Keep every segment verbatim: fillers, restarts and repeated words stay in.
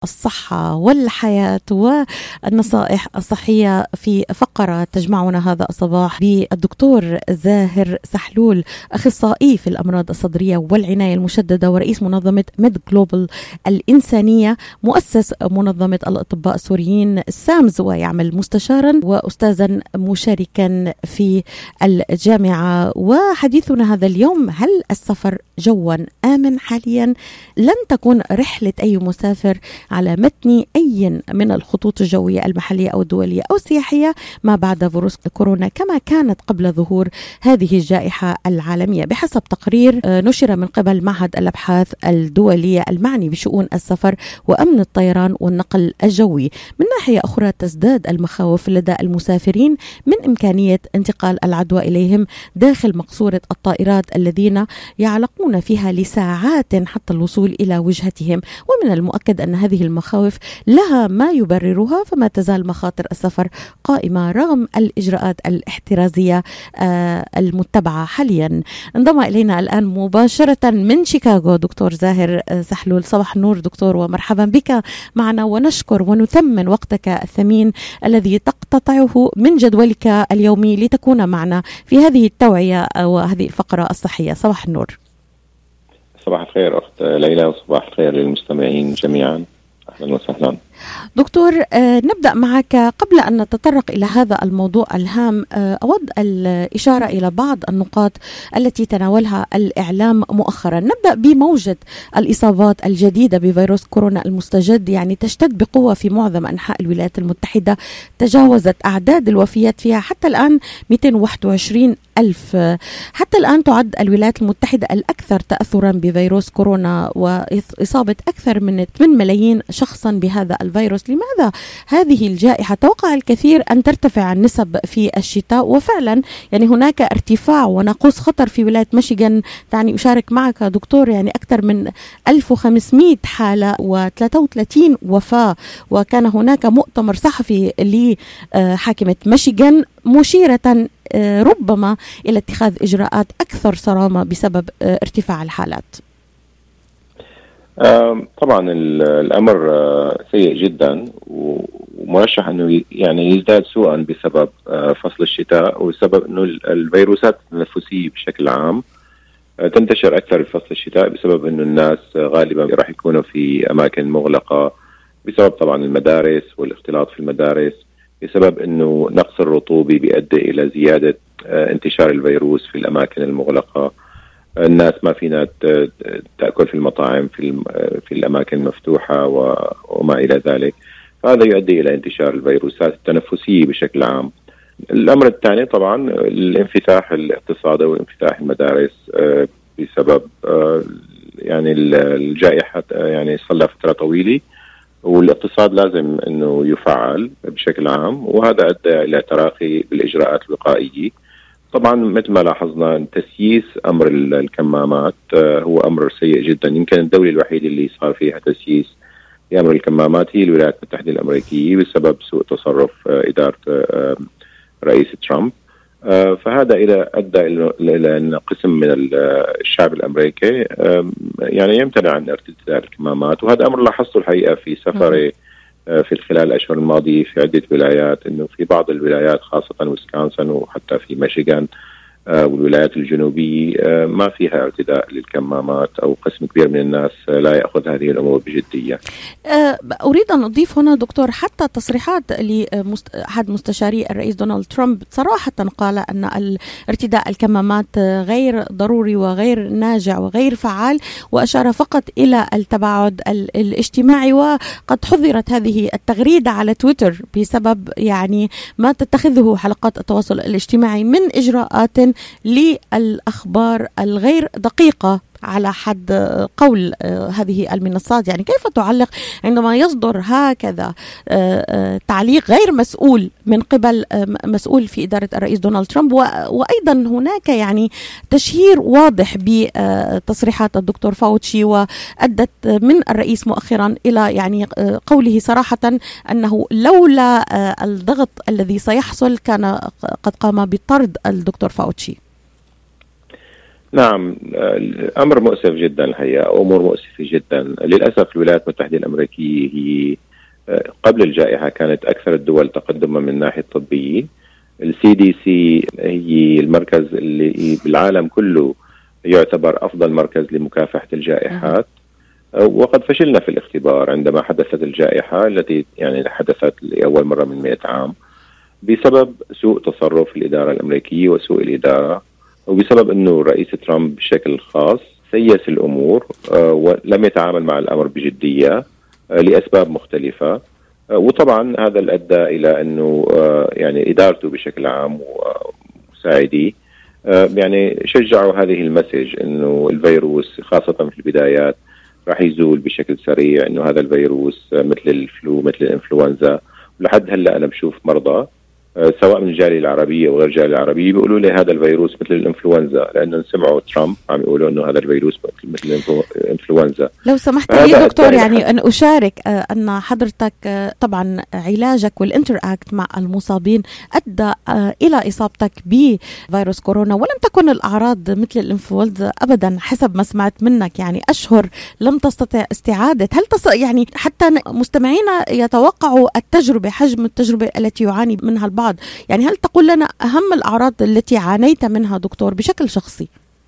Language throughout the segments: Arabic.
الصحة والحياة والنصائح الصحية في فقرة تجمعنا هذا الصباح بالدكتور زاهر سحلول، أخصائي في الأمراض الصدرية والعناية المشددة ورئيس منظمة ميد جلوبال الإنسانية، مؤسس منظمة الأطباء السوريين سامز، ويعمل مستشارا وأستاذا مشاركا في الجامعة. وحديثنا هذا اليوم: هل السفر جوا آمن حاليا؟ لن تكون رحلة أي مسافر على متن أي من الخطوط الجوية المحلية أو الدولية أو السياحية ما بعد فيروس كورونا كما كانت قبل ظهور هذه الجائحة العالمية، بحسب تقرير نشر من قبل معهد الأبحاث الدولية المعني بشؤون السفر وأمن الطيران والنقل الجوي. من ناحية أخرى تزداد المخاوف لدى المسافرين من إمكانية انتقال العدوى إليهم داخل مقصورة الطائرات الذين يعلقون فيها لساعات حتى الوصول إلى وجهتهم، ومن المؤكد أن هذه المخاوف لها ما يبررها، فما تزال مخاطر السفر قائمة رغم الإجراءات الاحترازية المتبعة حاليا. انضم إلينا الآن مباشرة من شيكاغو دكتور زاهر سحلول. صباح النور دكتور، ومرحبا بك معنا، ونشكر ونثمن وقتك الثمين الذي تقتطعه من جدولك اليومي لتكون معنا في هذه التوعية وهذه الفقرة الصحية. صباح النور. صباح الخير أخت ليلى، وصباح الخير للمستمعين جميعا. أهلا وسهلا دكتور. آه نبدأ معك. قبل أن نتطرق إلى هذا الموضوع الهام، آه أود الإشارة إلى بعض النقاط التي تناولها الإعلام مؤخرا. نبدأ بموجة الإصابات الجديدة بفيروس كورونا المستجد، يعني تشتد بقوة في معظم أنحاء الولايات المتحدة، تجاوزت أعداد الوفيات فيها حتى الآن مئتين وواحد وعشرين ألف. حتى الآن تعد الولايات المتحدة الأكثر تأثرا بفيروس كورونا، وإصابة أكثر من ثمانية ملايين شخصا بهذا الفيروس. لماذا هذه الجائحة؟ توقع الكثير أن ترتفع النسب في الشتاء، وفعلا يعني هناك ارتفاع ونقص خطر في ولاية ميشيغان. يعني أشارك معك دكتور، يعني أكثر من ألف وخمسمئة حالة وثلاثة وثلاثين وفاة، وكان هناك مؤتمر صحفي لحاكمة ميشيغان مشيرة ربما إلى اتخاذ إجراءات أكثر صرامة بسبب ارتفاع الحالات. طبعا الأمر سيء جدا، ومرشح أنه يعني يزداد سوءا بسبب فصل الشتاء، وسبب أنه الفيروسات التنفسية بشكل عام تنتشر أكثر في فصل الشتاء، بسبب أنه الناس غالبا راح يكونوا في أماكن مغلقة، بسبب طبعا المدارس والاختلاط في المدارس، بسبب أنه نقص الرطوبة بيؤدي إلى زيادة انتشار الفيروس في الأماكن المغلقة. الناس ما فينا تأكل في المطاعم في في الأماكن المفتوحة وما إلى ذلك، فهذا يؤدي إلى انتشار الفيروسات التنفسية بشكل عام. الأمر الثاني طبعا الانفتاح الاقتصادي وانفتاح المدارس بسبب يعني الجائحة، يعني صار لها فترة طويلة، والاقتصاد لازم أنه يفعل بشكل عام، وهذا أدى إلى تراخي بالإجراءات الوقائية. طبعا مثل ما لاحظنا تسييس أمر الكمامات هو أمر سيء جدا. يمكن الدولة الوحيدة اللي صار فيها تسييس لأمر الكمامات هي الولايات المتحدة الأمريكية بسبب سوء تصرف إدارة رئيس ترامب. فهذا إلى أدى إلى أن قسم من الشعب الأمريكي يعني يمتنع عن ارتداء الكمامات، وهذا أمر لاحظته الحقيقة في سفري في خلال الأشهر الماضية في عدة ولايات، إنه في بعض الولايات خاصة ويسكونسن وحتى في ميشيغان والولايات الجنوبية ما فيها ارتداء للكمامات، أو قسم كبير من الناس لا يأخذ هذه الأمور بجدية. أريد أن أضيف هنا دكتور حتى تصريحات لأحد مستشاري الرئيس دونالد ترامب صراحة قال أن ارتداء الكمامات غير ضروري وغير ناجع وغير فعال، وأشار فقط إلى التباعد الاجتماعي. وقد حظرت هذه التغريدة على تويتر بسبب يعني ما تتخذه حلقات التواصل الاجتماعي من إجراءات للأخبار الغير دقيقة على حد قول هذه المنصات. يعني كيف تعلق عندما يصدر هكذا تعليق غير مسؤول من قبل مسؤول في إدارة الرئيس دونالد ترامب؟ وأيضا هناك يعني تشهير واضح بتصريحات الدكتور فاوتشي، وأدت من الرئيس مؤخرا إلى يعني قوله صراحة أنه لولا الضغط الذي سيحصل كان قد قام بطرد الدكتور فاوتشي. نعم، الأمر مؤسف جدا الحقيقة، أمور مؤسفة جدا. للأسف الولايات المتحدة الأمريكية هي قبل الجائحة كانت أكثر الدول تقدما من الناحية الطبية. السي دي سي هي المركز اللي بالعالم كله يعتبر أفضل مركز لمكافحة الجائحات، وقد فشلنا في الاختبار عندما حدثت الجائحة التي يعني حدثت لأول مرة من مئة عام بسبب سوء تصرف الإدارة الأمريكية وسوء الإدارة، وبسبب أنه الرئيس ترامب بشكل خاص سيس الأمور ولم يتعامل مع الأمر بجدية لأسباب مختلفة. وطبعا هذا أدى إلى أنه يعني إدارته بشكل عام ومساعديه يعني شجعوا هذه المسج أنه الفيروس خاصة في البدايات راح يزول بشكل سريع، أنه هذا الفيروس مثل الفلو مثل الإنفلونزا. ولحد هلأ أنا بشوف مرضى سواء من الجالية العربية وغير الجالية العربية بيقولوا لي هذا الفيروس مثل الإنفلونزا، لأنه سمعوا ترامب عم يقولوا أنه هذا الفيروس مثل الإنفلونزا. لو سمحت لي دكتور يعني أن أشارك أن حضرتك طبعا علاجك والإنتراكت مع المصابين أدى إلى إصابتك بفيروس كورونا، ولم تكن الأعراض مثل الإنفلونزا أبدا حسب ما سمعت منك، يعني أشهر لم تستطع استعادة. هل تص... يعني حتى مستمعينا يتوقعوا التجربة حجم التجربة التي يعاني منها البعض، يعني هل تقول لنا أهم الأعراض التي عانيت منها دكتور بشكل شخصي؟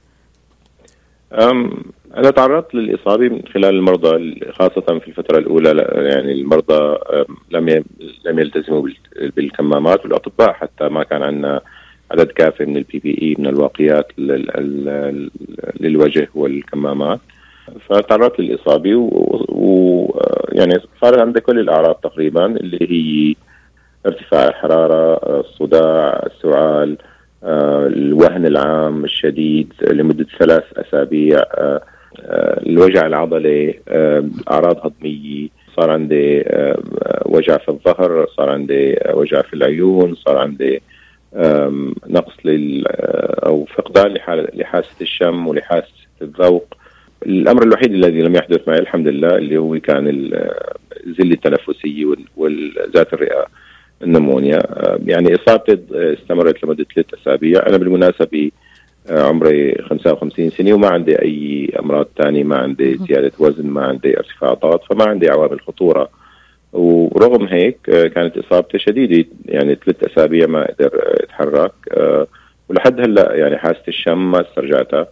أم أنا تعرضت للإصابة من خلال المرضى خاصة في الفترة الأولى، يعني المرضى لم لم يلتزموا بالكمامات، والأطباء حتى ما كان عندنا عدد كافي من البي بي إي من الواقيات للوجه والكمامات، فتعرضت للإصابة ويعني صار عندي كل الأعراض تقريبا اللي هي ارتفاع الحرارة، الصداع، السعال، الوهن العام الشديد لمدة ثلاث أسابيع، الوجع العضلي، أعراض هضمية، صار عندي وجع في الظهر، صار عندي وجع في العيون، صار عندي نقص لل أو فقدان لحاسة الشم ولحاسة الذوق. الأمر الوحيد الذي لم يحدث معي الحمد لله اللي هو كان الزلة التنفسية وذات الرئة النمونيا. يعني إصابتي استمرت لمدة ثلاث أسابيع. أنا بالمناسبة عمري خمسة وخمسين سنة وما عندي أي أمراض تانية، ما عندي زيادة وزن، ما عندي ارتفاع ضغط، فما عندي عوامل خطورة. ورغم هيك كانت إصابتي شديدة، يعني ثلاث أسابيع ما أقدر أتحرك، ولحد هلأ يعني حاسة الشم ما استرجعتها.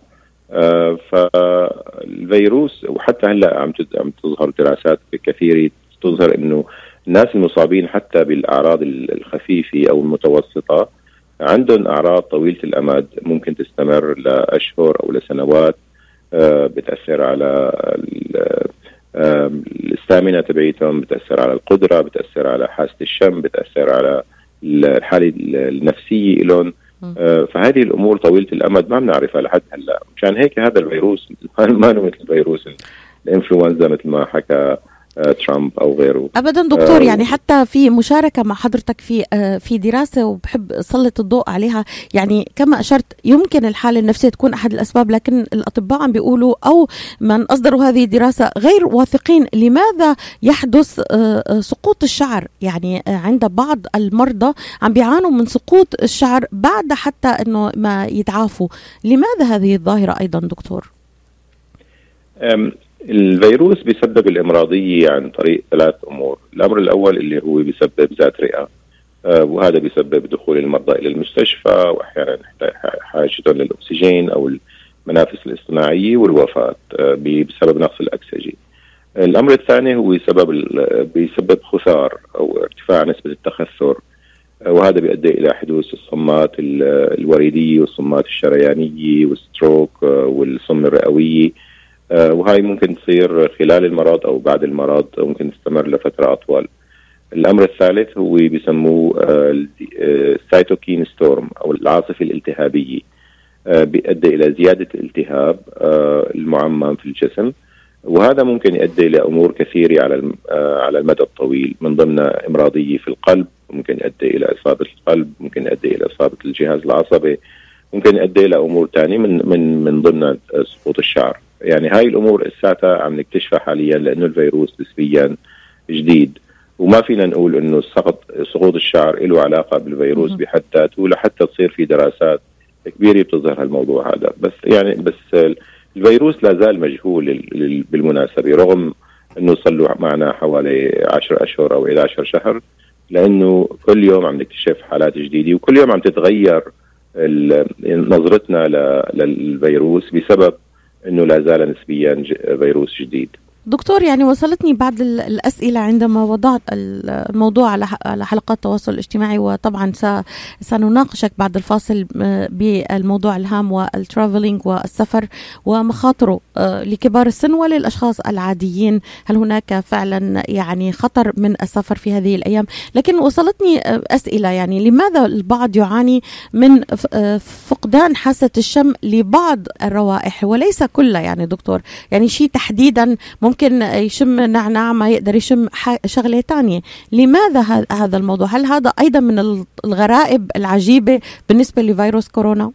فالفيروس وحتى هلأ عم تظهر دراسات كثيرة تظهر إنه الناس المصابين حتى بالأعراض الخفيفة أو المتوسطة عندهم أعراض طويلة الأمد ممكن تستمر لأشهر أو لسنوات، بتأثر على الاستامينا تبعيتهم، بتأثر على القدرة، بتأثر على حاسة الشم، بتأثر على الحالة النفسية لهم. فهذه الأمور طويلة الأمد ما بنعرفها لحد هلا. مشان هيك هذا الفيروس ما هو مثل فيروس الإنفلونزا مثل ما حكى ترامب أو غيره أبدا دكتور. يعني حتى في مشاركة مع حضرتك في في دراسة وبحب أسلط الضوء عليها، يعني كما أشرت يمكن الحالة النفسية تكون أحد الأسباب، لكن الأطباء عم بيقولوا أو من أصدروا هذه الدراسة غير واثقين لماذا يحدث سقوط الشعر. يعني عند بعض المرضى عم بيعانوا من سقوط الشعر بعد حتى أنه ما يتعافوا. لماذا هذه الظاهرة أيضا دكتور؟ الفيروس بيسبب الإمراضية عن طريق ثلاث أمور. الأمر الأول اللي هو بيسبب ذات رئة، آه وهذا بيسبب دخول المرضى إلى المستشفى وأحيانا حاجتهم للأكسجين أو المنافس الاصطناعية والوفاة آه بسبب نقص الأكسجين. الأمر الثاني هو بسبب بيسبب خثار أو ارتفاع نسبة التخثر، آه وهذا بيؤدي إلى حدوث الصمات الوريدية والصمات الشريانية والستروك آه والصم الرئوية، وهاي ممكن تصير خلال المرض أو بعد المرض، ممكن تستمر لفترة أطول. الأمر الثالث هو بيسموه السيتوكين ستورم أو العاصفة الالتهابية، بيؤدي إلى زيادة الالتهاب المعمم في الجسم، وهذا ممكن يؤدي إلى أمور كثيرة على على المدى الطويل، من ضمنها إمراضية في القلب، ممكن يؤدي إلى إصابة القلب، ممكن يؤدي إلى إصابة الجهاز العصبي، ممكن يؤدي إلى أمور تانية من من من ضمنها سقوط الشعر. يعني هاي الأمور الساعة عم نكتشفها حاليا لأنه الفيروس نسبيا جديد، وما فينا نقول إنه سقط سقوط الشعر له علاقة بالفيروس بحد ذاته، لحتى تصير في دراسات كبيرة بتظهر هالموضوع هذا. بس يعني بس الفيروس لا زال مجهول بالمناسبة، رغم انه صار له معنا حوالي عشر اشهر او إحدى عشرة شهر، لانه كل يوم عم نكتشف حالات جديدة، وكل يوم عم تتغير نظرتنا للفيروس بسبب انه لا زال نسبيا فيروس جديد. دكتور، يعني وصلتني بعض الأسئلة عندما وضعت الموضوع على حلقات التواصل الاجتماعي، وطبعا سنناقشك بعد الفاصل بالموضوع الهام والترافلينج والسفر ومخاطره لكبار السن وللأشخاص العاديين. هل هناك فعلا يعني خطر من السفر في هذه الأيام؟ لكن وصلتني أسئلة، يعني لماذا البعض يعاني من فقدان حاسة الشم لبعض الروائح وليس كلها؟ يعني دكتور، يعني شيء تحديدا ممكن يشم نعناع ما يقدر يشم شغلة تانية. لماذا هذا الموضوع؟ هل هذا أيضا من الغرائب العجيبة بالنسبة لفيروس كورونا؟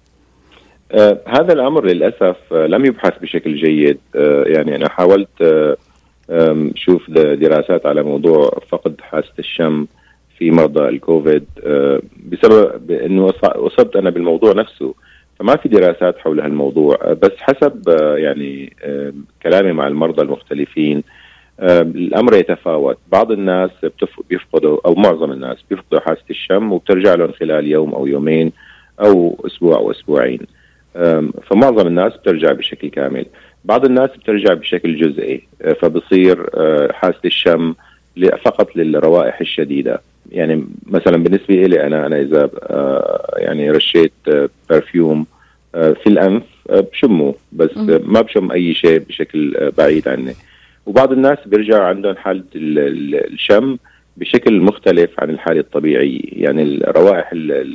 آه هذا الأمر للأسف آه لم يبحث بشكل جيد. آه يعني أنا حاولت آه شوف دراسات على موضوع فقد حاسة الشم في مرضى الكوفيد آه بسبب أنه أصبت أنا بالموضوع نفسه، فما في دراسات حول هالموضوع. بس حسب يعني كلامي مع المرضى المختلفين الأمر يتفاوت. بعض الناس بيفقدوا أو معظم الناس بيفقدوا حاسة الشم وبترجع لهم خلال يوم أو يومين أو أسبوع أو أسبوعين، فمعظم الناس بترجع بشكل كامل. بعض الناس بترجع بشكل جزئي، فبصير حاسة الشم فقط للروائح الشديدة. يعني مثلا بالنسبة لي أنا أنا إذا يعني رشيت برفيوم في الأنف بشمه، بس ما بشم أي شيء بشكل بعيد عني. وبعض الناس بيرجع عندهم حالة الشم بشكل مختلف عن الحالة الطبيعية، يعني الروائح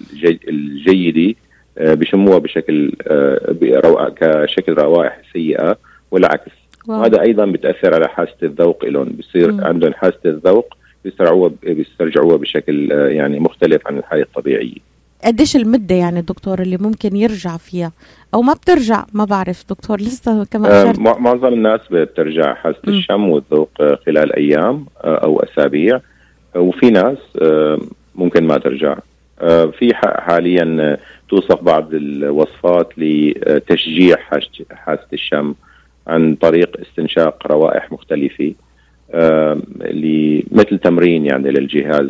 الجيدة بشموها بشكل كشكل روائح سيئة والعكس. وهذا أيضا بتأثر على حاسة الذوق لهم، بصير عندهم حاسة الذوق بيسترجعوها بيسترجعوها بشكل يعني مختلف عن الحالة الطبيعية. قديش المدة يعني دكتور اللي ممكن يرجع فيها أو ما بترجع؟ ما بعرف دكتور لسه كما أشرت. آه معظم الناس بترجع حاسة م. الشم والذوق خلال أيام أو أسابيع، وفي ناس آه ممكن ما ترجع. آه في حاليا توصف بعض الوصفات لتشجيع حاسة الشم عن طريق استنشاق روائح مختلفة، آه مثل تمرين يعني للجهاز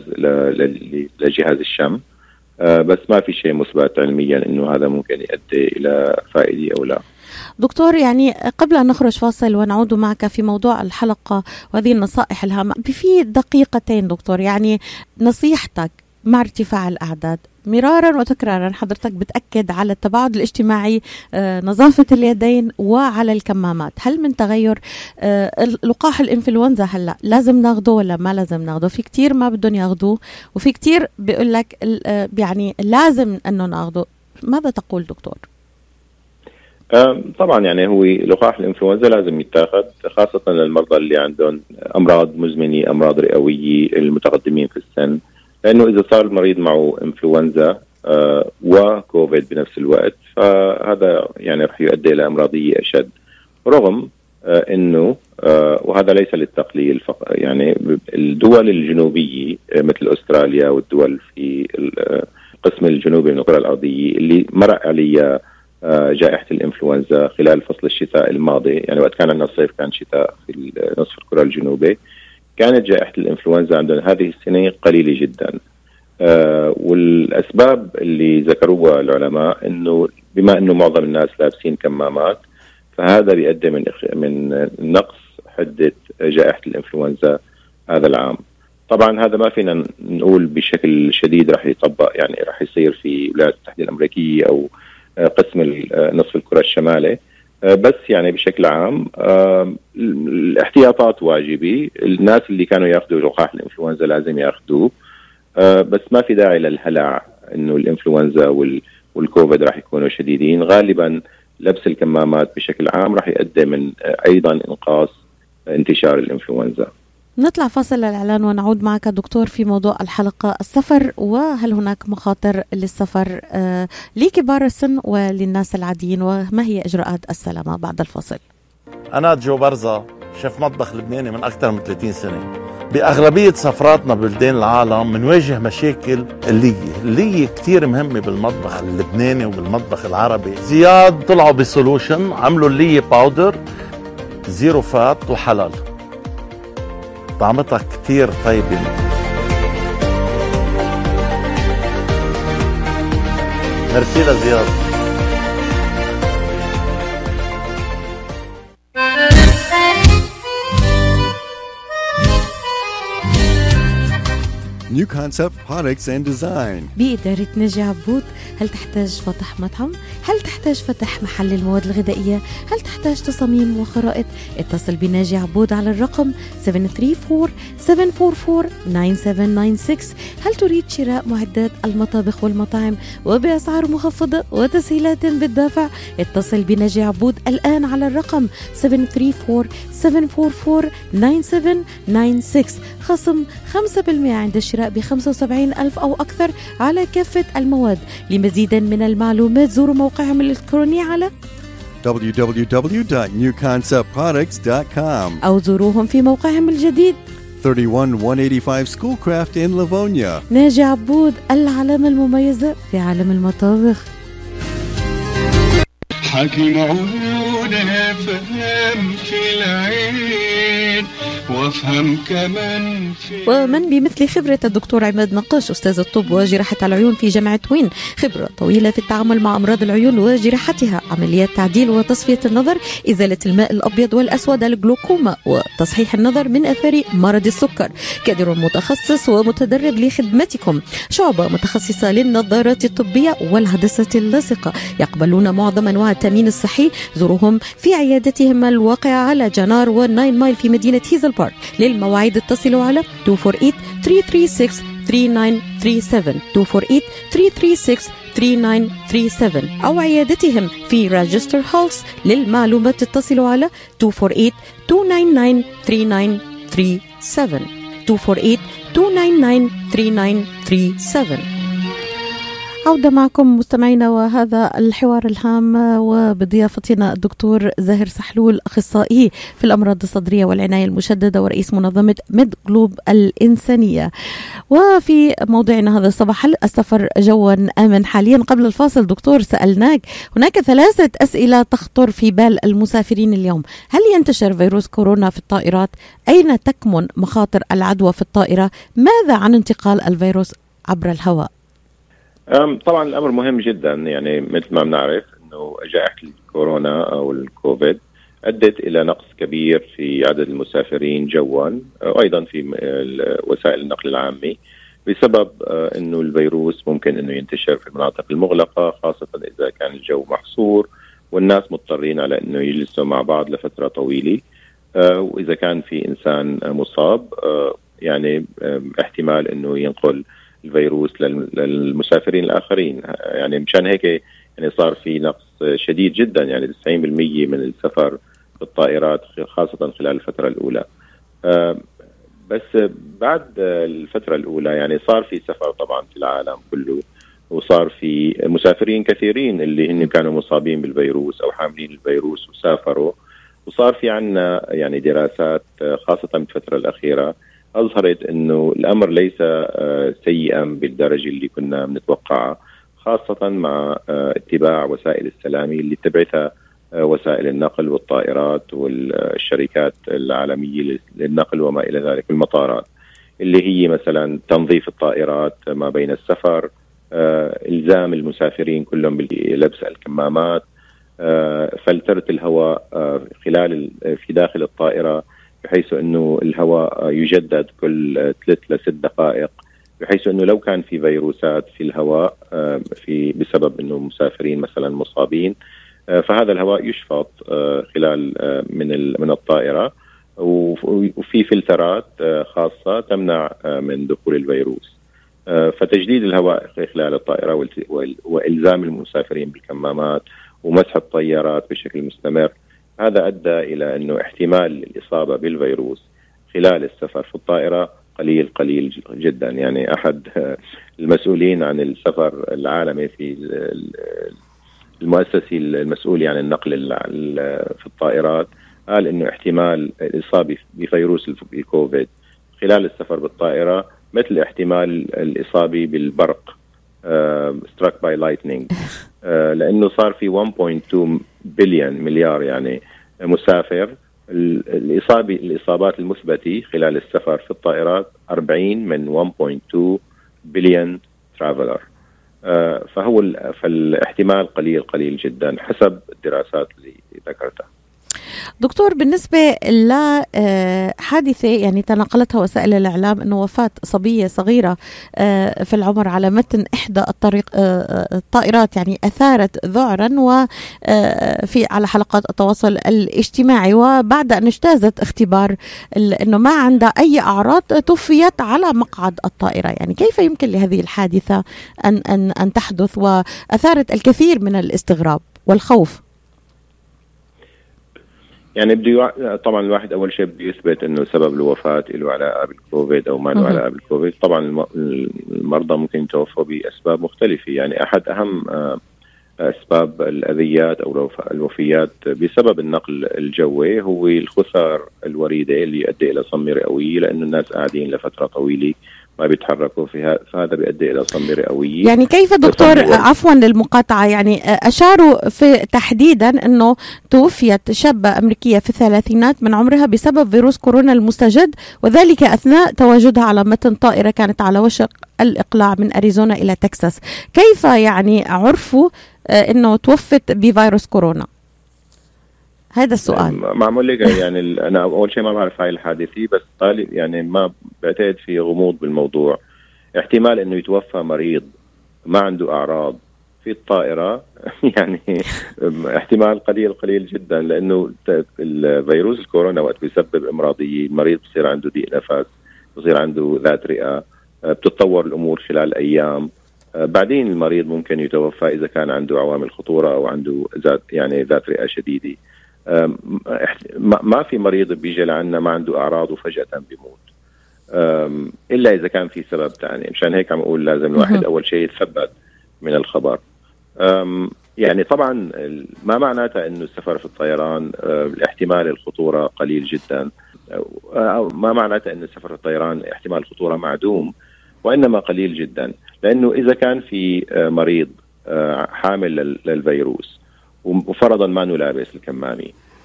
لجهاز الشم. آه بس ما في شيء مثبت علميا انه هذا ممكن يؤدي الى فائده او لا. دكتور، يعني قبل ان نخرج فاصل ونعود معك في موضوع الحلقه وهذه النصائح الهامه في دقيقتين دكتور، يعني نصيحتك مع ارتفاع الاعداد مرارا وتكرارا حضرتك بتأكد على التباعد الاجتماعي، آه، نظافة اليدين وعلى الكمامات. هل من تغير آه، لقاح الإنفلونزا هلأ لازم ناخده ولا ما لازم ناخده؟ في كتير ما بدهم ياخدوه وفي كتير بيقول لك آه، يعني لازم أنه ناخده. ماذا تقول دكتور؟ آه، طبعا يعني هو لقاح الإنفلونزا لازم يتاخد، خاصة للمرضى اللي عندهم أمراض مزمنة، أمراض رئوية، المتقدمين في السن، لأنه إذا صار المريض معه إنفلونزا آه وكوفيد بنفس الوقت فهذا يعني رح يؤدي إلى أمراضية أشد. رغم آه إنه آه وهذا ليس للتقليل فقط، يعني الدول الجنوبية مثل أستراليا والدول في القسم الجنوبي من الكرة الأرضية اللي مرق عليها آه جائحة الإنفلونزا خلال فصل الشتاء الماضي، يعني وقت كان عندنا الصيف كان شتاء في نصف الكرة الجنوبي، كانت جائحة الإنفلونزا عندنا هذه السنة قليلة جدا. آه والأسباب اللي ذكروها العلماء إنه بما إنه معظم الناس لابسين كمامات فهذا بيؤدي من من نقص حدة جائحة الإنفلونزا هذا العام. طبعا هذا ما فينا نقول بشكل شديد رح يطبق، يعني رح يصير في الولايات المتحدة الأمريكية أو قسم نصف الكرة الشمالي، بس يعني بشكل عام الاحتياطات واجبة. الناس اللي كانوا ياخذوا لقاح الإنفلونزا لازم ياخذوه، بس ما في داعي للهلع إنه الإنفلونزا والكوفيد راح يكونوا شديدين. غالبا لبس الكمامات بشكل عام راح يؤدي من أيضا إنقاص انتشار الإنفلونزا. نطلع فاصل الإعلان ونعود معك دكتور في موضوع الحلقة السفر، وهل هناك مخاطر للسفر آه لكبار السن وللناس العاديين، وما هي إجراءات السلامة بعد الفاصل. أنا جو برزة، شيف مطبخ لبناني من أكثر من ثلاثين سنة، بأغلبية سفراتنا ببلدان العالم منواجه مشاكل اللية. اللية كتير مهمة بالمطبخ اللبناني وبالمطبخ العربي. زياد طلعوا بسولوشن، عملوا اللية باودر زيرو فات وحلال، طعمتها كتير طيبة. ميرسي لزياد. New Concept Products and Design. بإدارة ناجي عبود. هل تحتاج فتح مطعم؟ هل تحتاج فتح محل للمواد الغذائية؟ هل تحتاج تصاميم وخرائط؟ اتصل بناجي عبود على الرقم سبعة ثلاثة أربعة سبعة أربعة أربعة تسعة سبعة تسعة ستة. هل تريد شراء معدات المطابخ والمطاعم وبأسعار مخفضة وتسهيلات بالدافع؟ اتصل بناجي عبود الآن على الرقم سبعة ثلاثة أربعة سبعة أربعة أربعة تسعة سبعة تسعة ستة. خصم خمسة بالمئة عند الشراء بخمسة وسبعين ألف أو أكثر على كافة المواد. لمزيد من المعلومات زوروا موقعهم الإلكتروني على دبليو دبليو دبليو دوت نيو كونسبت برودكتس دوت كوم أو زوروهم في موقعهم الجديد ثلاثة وواحد مئتين وخمسة وثمانين Schoolcraft in Livonia. ناجي عبود، العلامة المميزة في عالم المطابخ. حكي معونا فهم في العين وافهم كمان في. ومن بمثل خبرة الدكتور عماد نقاش أستاذ الطب وجراحة العيون في جامعة وين، خبرة طويلة في التعامل مع أمراض العيون وجراحتها، عمليات تعديل وتصفية النظر، إزالة الماء الأبيض والأسود، الجلوكوما، وتصحيح النظر من أثار مرض السكر. كادر متخصص ومتدرب لخدمتكم، شعبة متخصصة للنظارات الطبية والعدسة اللاصقة، يقبلون معظم أنواع التأمين الصحي. زورهم في عيادتهم الواقعة على جنار والناين مايل في مدينة هيزل بارك. للمواعيد اتصلوا على اثنين أربعة ثمانية ثلاثة ستة ثلاثة تسعة ثلاثة سبعة اثنين أربعة ثلاثة ثلاثة ستة ثلاثة تسعة ثلاثة سبعة أو عيادتهم في راجستر هولس. للمعلومات اتصلوا على اثنين أربعة اثنين تسعة تسعة ثلاثة تسعة ثلاثة سبعة اثنين أربعة اثنين تسعة تسعة ثلاثة تسعة سبعة. عودة معكم مستمعينا، وهذا الحوار الهام وبضيافتنا الدكتور زاهر سحلول، أخصائي في الأمراض الصدرية والعناية المشددة ورئيس منظمة ميد جلوب الإنسانية. وفي موضوعنا هذا الصباح، هل السفر جوا آمن حاليا؟ قبل الفاصل دكتور سألناك، هناك ثلاثة أسئلة تخطر في بال المسافرين اليوم. هل ينتشر فيروس كورونا في الطائرات؟ أين تكمن مخاطر العدوى في الطائرة؟ ماذا عن انتقال الفيروس عبر الهواء؟ طبعا الأمر مهم جدا، يعني مثل ما بنعرف أنه جائحة الكورونا أو الكوفيد أدت إلى نقص كبير في عدد المسافرين جوا وأيضا في وسائل النقل العامة، بسبب أنه الفيروس ممكن أنه ينتشر في المناطق المغلقة، خاصة إذا كان الجو محصور والناس مضطرين على أنه يجلسوا مع بعض لفترة طويلة. وإذا كان في إنسان مصاب يعني احتمال أنه ينقل الفيروس للمسافرين الآخرين. يعني مشان هيك يعني صار في نقص شديد جدا، يعني تسعين بالمئة من السفر بالطائرات خاصة خلال الفترة الأولى. بس بعد الفترة الأولى يعني صار في سفر طبعا في العالم كله، وصار في مسافرين كثيرين اللي هن كانوا مصابين بالفيروس أو حاملين الفيروس وسافروا، وصار في عنا يعني دراسات خاصة بالفترة الأخيرة أظهرت أنه الأمر ليس سيئا بالدرجة اللي كنا بنتوقعها، خاصة مع اتباع وسائل السلامة اللي اتبعتها وسائل النقل والطائرات والشركات العالمية للنقل وما إلى ذلك، المطارات، اللي هي مثلا تنظيف الطائرات ما بين السفر، إلزام المسافرين كلهم بلبس الكمامات، فلترة الهواء خلال في داخل الطائرة بحيث أنه الهواء يجدد كل ثلاث لست دقائق، بحيث أنه لو كان في فيروسات في الهواء في بسبب أنه مسافرين مثلا مصابين، فهذا الهواء يشفط خلال من من الطائرة، وفي فلترات خاصة تمنع من دخول الفيروس. فتجديد الهواء خلال الطائرة وإلزام المسافرين بالكمامات ومسح الطيارات بشكل مستمر، هذا أدى إلى أنه احتمال الإصابة بالفيروس خلال السفر في الطائرة قليل قليل جدا. يعني أحد المسؤولين عن السفر العالمي في المؤسسي المسؤول عن النقل في الطائرات قال أنه احتمال الإصابة بفيروس الكوفيد خلال السفر بالطائرة، مثل احتمال الإصابة بالبرق struck by lightning، لأنه صار في واحد فاصلة اثنين بليون مليار يعني مسافر. الإصابة الإصابات المثبتة خلال السفر في الطائرات أربعين من واحد فاصلة اثنين بليون ترافلر. فهو فالاحتمال قليل قليل جدا حسب الدراسات اللي ذكرتها. دكتور، بالنسبة لحادثة يعني تناقلتها وسائل الإعلام أنه وفاة صبية صغيرة في العمر على متن إحدى الطريق الطائرات يعني أثارت ذعرا وفي على حلقات التواصل الاجتماعي، وبعد أن اجتازت اختبار أنه ما عندها أي أعراض توفيت على مقعد الطائرة. يعني كيف يمكن لهذه الحادثة أن, أن, أن تحدث وأثارت الكثير من الاستغراب والخوف؟ يعني بده طبعا الواحد اول شيء بده يثبت انه سبب الوفاه له علاقه بالكوفيد او ما له علاقه بالكوفيد. طبعا المرضى ممكن يتوفوا باسباب مختلفه، يعني احد اهم اسباب الاذيات او الوفيات بسبب النقل الجوي هو الخسار الوريده اللي يؤدي الى صمه رئويه، لانه الناس قاعدين لفتره طويله ما بيتحركوا فيها، فهذا بيؤدي الى صمه رئويه. يعني كيف دكتور، عفوا للمقاطعه، يعني اشاروا في تحديدا انه توفيت شابه امريكيه في الثلاثينات من عمرها بسبب فيروس كورونا المستجد، وذلك اثناء تواجدها على متن طائره كانت على وشك الاقلاع من اريزونا الى تكساس. كيف يعني عرفوا انه توفت بفيروس كورونا؟ هذا السؤال. معمول لك يعني انا اول شيء ما بعرف هاي الحادثه، بس طالب يعني ما بعتقد في غموض بالموضوع. احتمال انه يتوفى مريض ما عنده اعراض في الطائره يعني احتمال قليل قليل جدا، لانه الفيروس الكورونا وقت بيسبب امراضيه المريض بصير عنده ضيق نفس، بصير عنده ذات رئه، بتتطور الامور خلال ايام، بعدين المريض ممكن يتوفى اذا كان عنده عوامل خطوره او عنده ذات يعني ذات رئه شديده. ما في مريض بيجي لعنا ما عنده أعراض وفجأة بيموت إلا إذا كان في سبب تاني. مشان هيك عم أقول لازم الواحد أول شيء يتثبت من الخبر. يعني طبعا ما معناتها أنه السفر في الطيران احتمال الخطورة قليل جدا، أو ما معناتها أنه السفر في الطيران احتمال الخطورة معدوم، وإنما قليل جدا. لأنه إذا كان في مريض حامل للفيروس وفرضا ما انه لابس الكمامه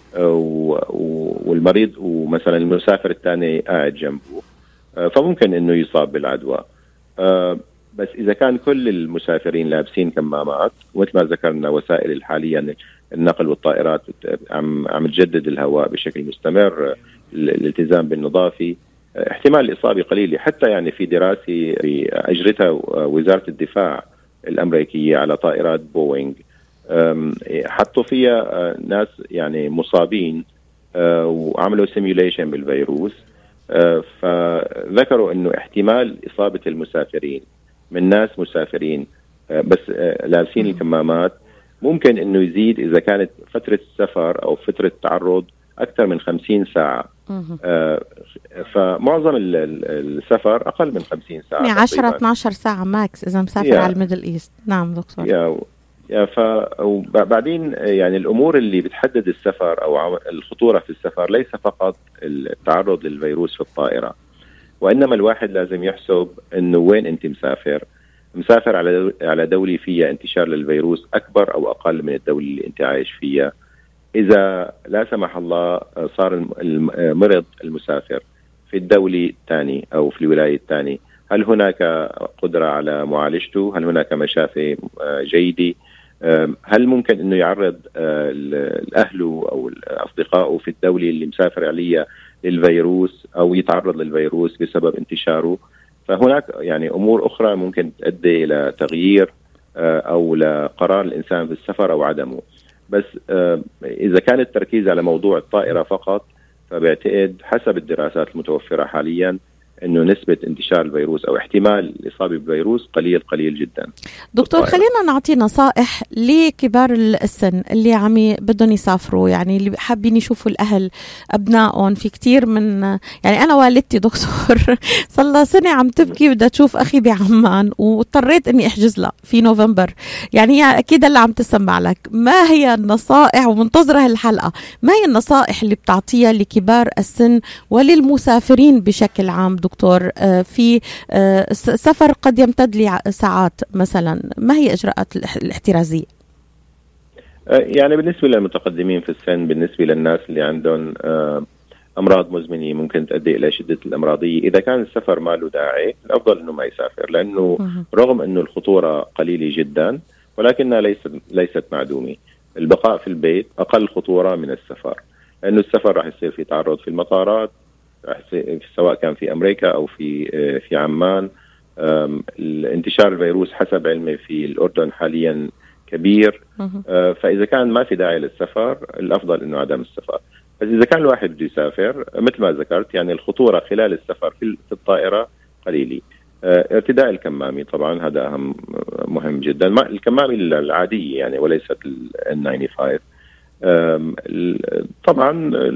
والمريض ومثلا المسافر الثاني قاعد جنبه، فممكن انه يصاب بالعدوى. بس اذا كان كل المسافرين لابسين كمامات، ومثل ما ذكرنا وسائل الحاليا النقل والطائرات عم عم تجدد الهواء بشكل مستمر، الالتزام بالنظافه، احتمال الاصابه قليله. حتى يعني في دراسه اجرتها وزاره الدفاع الامريكيه على طائرات بوينغ، حطوا فيها ناس يعني مصابين وعملوا سيميوليشن بالفيروس، فذكروا انه احتمال اصابه المسافرين من ناس مسافرين بس لابسين الكمامات ممكن انه يزيد اذا كانت فتره السفر او فتره التعرض اكثر من خمسين ساعه. فمعظم السفر اقل من خمسين ساعه، يعني عشرة اثني عشر ساعه ماكس اذا مسافر على الميدل ايست. نعم دكتور. يا يا ف وبعدين يعني الامور اللي بتحدد السفر او الخطوره في السفر ليس فقط التعرض للفيروس في الطائره، وانما الواحد لازم يحسب انه وين انت مسافر. مسافر على على دوله فيها انتشار للفيروس اكبر او اقل من الدوله اللي انت عايش فيها. اذا لا سمح الله صار المرض المسافر في الدوله الثانيه او في الولايه الثانيه، هل هناك قدره على معالجته؟ هل هناك مشافي جيده؟ هل ممكن انه يعرض الاهله او اصدقائه في الدوله اللي مسافر عليها للفيروس او يتعرض للفيروس بسبب انتشاره؟ فهناك يعني امور اخرى ممكن تؤدي الى تغيير او لقرار الانسان بالسفر او عدمه. بس اذا كان التركيز على موضوع الطائره فقط، فبعتقد حسب الدراسات المتوفره حاليا انه نسبه انتشار الفيروس او احتمال الاصابه بالفيروس قليل قليل جدا. دكتور بالطائرة. خلينا نعطي نصائح لكبار السن اللي عم بدهم يسافروا، يعني اللي حابين يشوفوا الاهل ابنائهم. في كتير من يعني انا والدتي دكتور صار لها سنه عم تبكي بدها تشوف اخي بعمان، واضطريت اني احجز لها في نوفمبر. يعني هي اكيد اللي عم تسمع لك، ما هي النصائح ومنتظره هالحلقه، ما هي النصائح اللي بتعطيها لكبار السن وللمسافرين بشكل عام دكتور في سفر قد يمتد لساعات مثلا، ما هي إجراءات الاحترازية؟ يعني بالنسبة للمتقدمين في السن، بالنسبة للناس اللي عندهم أمراض مزمنة ممكن تؤدي إلى شدة الأمراضية، إذا كان السفر ما له داعي الأفضل إنه ما يسافر، لأنه رغم إنه الخطورة قليلة جدا ولكنها ليست ليست معدومة. البقاء في البيت أقل خطورة من السفر، لأنه السفر راح يصير في تعرض في المطارات، راح يصير سواء كان في أمريكا أو في في عمان. انتشار الفيروس حسب علمي في الأردن حاليا كبير، فإذا كان ما في داعي للسفر الأفضل إنه عدم السفر. بس إذا كان الواحد بده يسافر مثل ما ذكرت، يعني الخطورة خلال السفر في الطائرة قليلة. ارتداء الكمامة طبعا هذا أهم مهم جدا، الكمامة العادية يعني وليست ال إن خمسة وتسعين. طبعا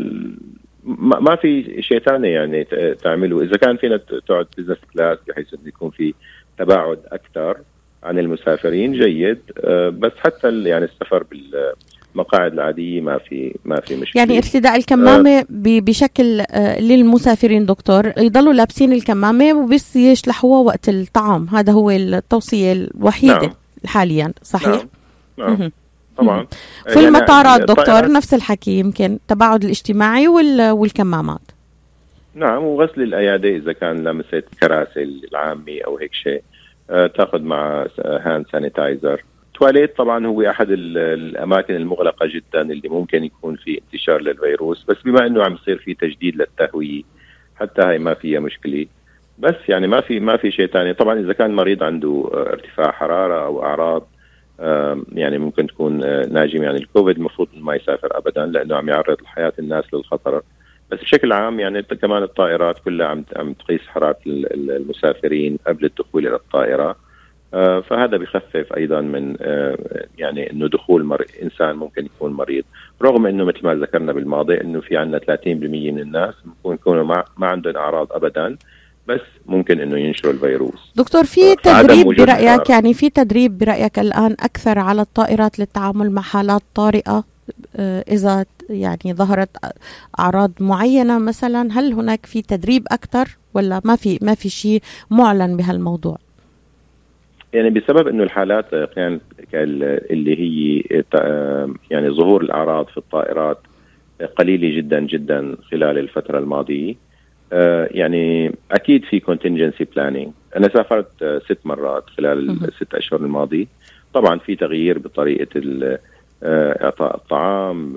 ما في شيء ثاني يعني تعمله. إذا كان فينا تقعد بزنس كلاس بحيث أن يكون في تباعد أكثر عن المسافرين جيد، بس حتى يعني السفر بالمقاعد العادية ما في ما في مشكلة. يعني ارتداء الكمامة بشكل للمسافرين دكتور يضلوا لابسين الكمامة وبس يشلحوها وقت الطعام، هذا هو التوصية الوحيدة. نعم. حاليا صحيح؟ نعم, نعم. طبعا في يعني المطارات دكتور نفس الحكي، يمكن التباعد الاجتماعي والكمامات. نعم، وغسل الأيادي إذا كان لمست الكراسي العامة أو هيك شيء، أه تأخذ مع هاند سانيتايزر. تواليت طبعا هو أحد الأماكن المغلقة جدا اللي ممكن يكون في انتشار للفيروس، بس بما أنه عم يصير في تجديد للتهوية حتى هاي ما فيها مشكلة. بس يعني ما في ما في شيء تاني. طبعا إذا كان مريض عنده ارتفاع حرارة أو أعراض يعني ممكن تكون ناجمة عن الكوفيد، المفروض ما يسافر أبدا لأنه عم يعرض حياة الناس للخطر. بس بشكل عام يعني كمان الطائرات كلها عم عم تقيس حرارة المسافرين قبل الدخول إلى الطائرة، فهذا بيخفف أيضا من يعني إنه دخول مر... إنسان ممكن يكون مريض، رغم إنه مثل ما ذكرنا بالماضي إنه في عندنا ثلاثين بالمئة من الناس ممكن يكونوا ما, ما عندهم أعراض أبدا، بس ممكن إنه ينشروا الفيروس. دكتور في تدريب برأيك يعني في تدريب برأيك الآن أكثر على الطائرات للتعامل مع حالات طارئة إذا يعني ظهرت أعراض معينة مثلا؟ هل هناك في تدريب أكثر ولا ما في ما في شيء معلن بهالموضوع؟ يعني بسبب إنه الحالات كانت اللي هي يعني ظهور الأعراض في الطائرات قليلة جدا جدا خلال الفترة الماضية، يعني أكيد في contingency planning. أنا سافرت ست مرات خلال الست أشهر الماضية. طبعا في تغيير بطريقة إعطاء الطعام،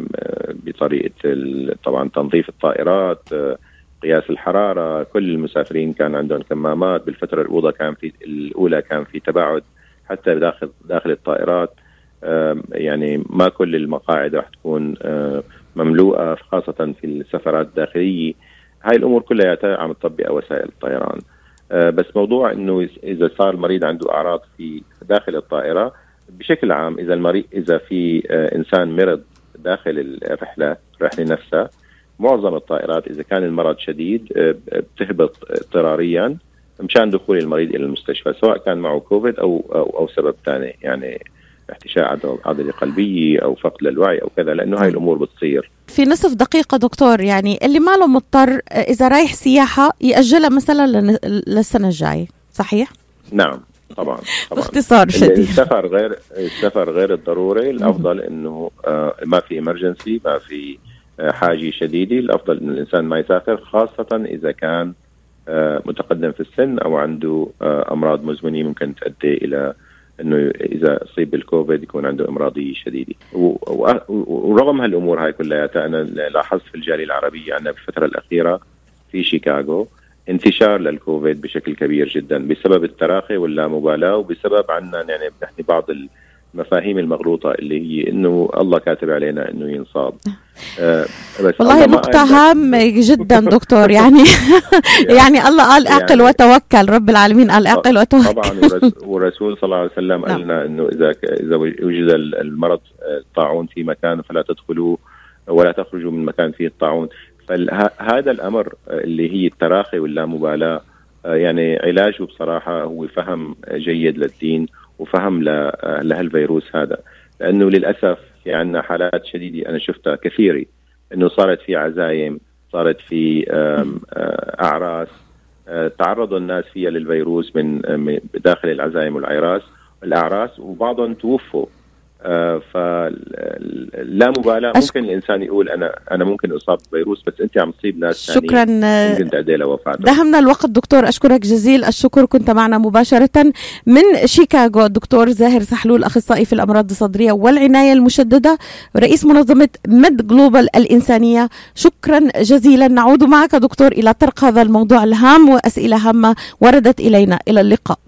بطريقة طبعا تنظيف الطائرات، قياس الحرارة. كل المسافرين كان عندهم كمامات. بالفترة الأولى كان في الأولى كان في تباعد حتى داخل داخل الطائرات. يعني ما كل المقاعد راح تكون مملوءة خاصة في السفرات الداخلية. هاي الأمور كلها عم تطبق وسائل الطيران. بس موضوع إنه إذا صار المريض عنده أعراض في داخل الطائرة بشكل عام، إذا المريض إذا في إنسان مرض داخل الرحلة الرحلة نفسها، معظم الطائرات إذا كان المرض شديد بتهبط اضطراريا مشان دخول المريض إلى المستشفى، سواء كان معه كوفيد أو أو, أو سبب ثاني يعني احتشاء عضلة قلبية أو فقد للوعي أو كذا، لأنه هاي الأمور بتصير. في نصف دقيقة دكتور، يعني اللي ما له مضطر إذا رايح سياحة يأجلها مثلا للسنة الجاية، صحيح؟ نعم طبعا طبعا باختصار شديد. السفر غير السفر غير الضروري الأفضل إنه ما في إمرجنسي، ما في حاجة شديدة، الأفضل إنه الإنسان ما يسافر، خاصة إذا كان متقدم في السن أو عنده أمراض مزمنة ممكن تؤدي إلى إنه إذا أصيب بالكوفيد يكون عنده إمراضية شديدة. ورغم هالأمور هاي كلها أنا لاحظت في الجالية العربية عندنا بالفترة الأخيرة في شيكاغو انتشار للكوفيد بشكل كبير جدا بسبب التراخي واللامبالاة، وبسبب عنا يعني نحن بعض المفاهيم المغلوطة اللي هي إنه الله كاتب علينا إنه ينصاب. آه بس والله نقطة هامة جدا دكتور. يعني يعني الله قال اعقل يعني وتوكل، رب العالمين قال اعقل وتوكل. طبعا والرسول صلى الله عليه وسلم قال لنا إنه إذا إذا وجد المرض الطاعون في مكان فلا تدخلوا ولا تخرجوا من مكان فيه الطاعون. فهذا الأمر اللي هي التراخي واللامبالاة يعني علاجه بصراحة هو فهم جيد للدين وفهم لهالفيروس هذا، لأنه للأسف في عندنا حالات شديدة أنا شفتها كثيرة إنه صارت في عزايم، صارت في أعراس، تعرضوا الناس فيها للفيروس من داخل العزائم والأعراس الأعراس وبعضهم توفوا. آه فلا مبالاة ممكن الإنسان يقول أنا أنا ممكن أصاب بفيروس، بس أنت عم تصيب ناس شكرا ممكن تؤدي لوفاتهم. دهمنا الوقت دكتور، أشكرك جزيل الشكر. كنت معنا مباشرة من شيكاغو الدكتور زاهر سحلول، أخصائي في الأمراض الصدرية والعناية المشددة، رئيس منظمة ميد جلوبال الإنسانية. شكرا جزيلا. نعود معك دكتور إلى طرق هذا الموضوع الهام وأسئلة هامة وردت إلينا. إلى اللقاء.